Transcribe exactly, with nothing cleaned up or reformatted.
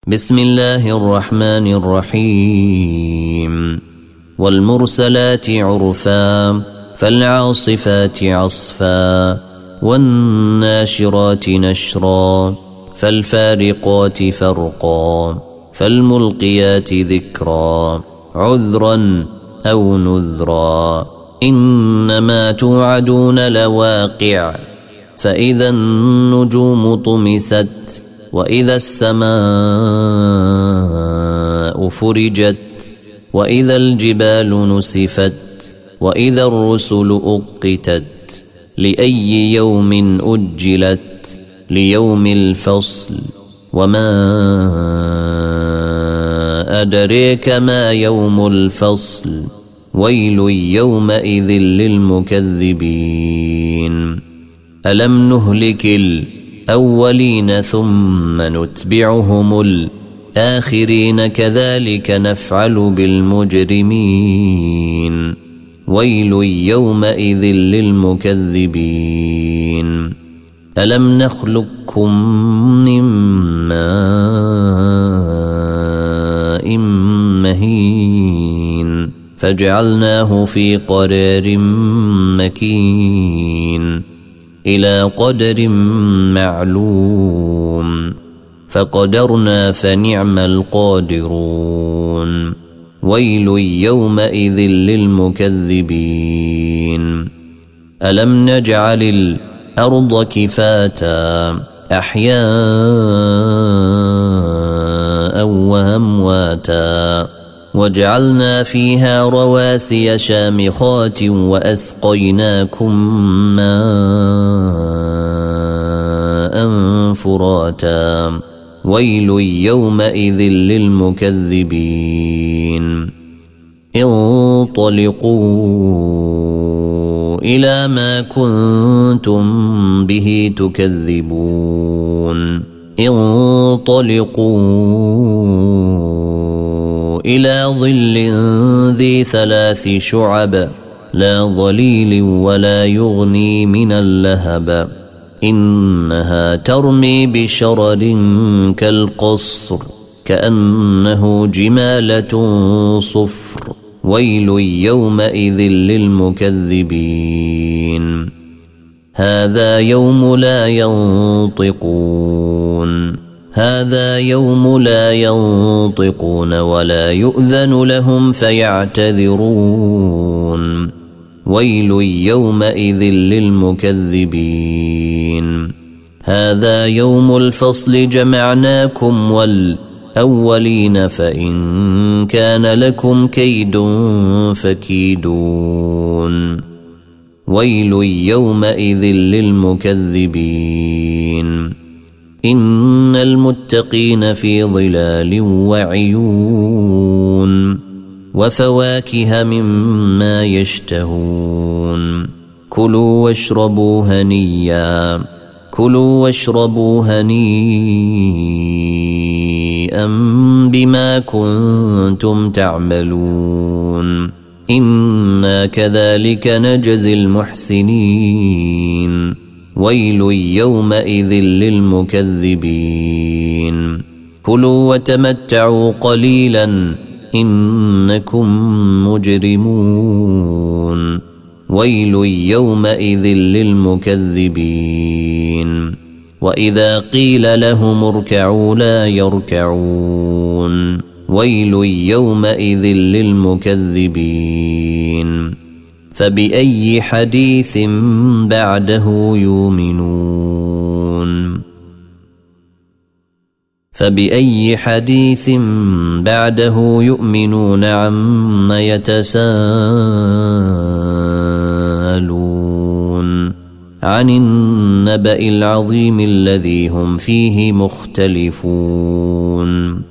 بسم الله الرحمن الرحيم والمرسلات عرفا فالعاصفات عصفا والناشرات نشرا فالفارقات فرقا فالملقيات ذكرا عذرا أو نذرا إنما توعدون لواقع فإذا النجوم طمست وإذا السماء فرجت وإذا الجبال نسفت وإذا الرسل أقتت لأي يوم أجلت ليوم الفصل وما أدريك ما يوم الفصل ويل يومئذ للمكذبين ألم نهلك الأولين ثم نتبعهم الآخرين كذلك نفعل بالمجرمين ويل يومئذ للمكذبين ألم نخلقكم من ماء مهين فجعلناه في قرار مكين إلى قدر معلوم فقدرنا فنعم القادرون ويل يومئذ للمكذبين ألم نجعل الأرض كفاتا أحياء وأمواتا وجعلنا فيها رواسي شامخات وأسقيناكم ماء فراتا ويل يومئذ للمكذبين انطلقوا إلى ما كنتم به تكذبون انطلقوا إلى ظل ذي ثلاث شعب لا ظليل ولا يغني من اللهب إنها ترمي بشرر كالقصر كأنه جمالة صفر ويل يومئذ للمكذبين هذا يوم لا ينطقون هذا يوم لا ينطقون ولا يؤذن لهم فيعتذرون ويل يومئذ للمكذبين هذا يوم الفصل جمعناكم والأولين فإن كان لكم كيد فكيدون ويل يومئذ للمكذبين إن المتقين في ظلال وعيون وفواكه مما يشتهون كلوا واشربوا هنيا كلوا واشربوا هنيئا بما كنتم تعملون إنا كذلك نجزي المحسنين ويل يومئذ للمكذبين كلوا وتمتعوا قليلا إنكم مجرمون ويل يومئذ للمكذبين وإذا قيل لهم اركعوا لا يركعون ويل يومئذ للمكذبين فبأي حديث بعده يؤمنون فبأي حديث بعده يؤمنون عما يتساءلون عن النبأ العظيم الذي هم فيه مختلفون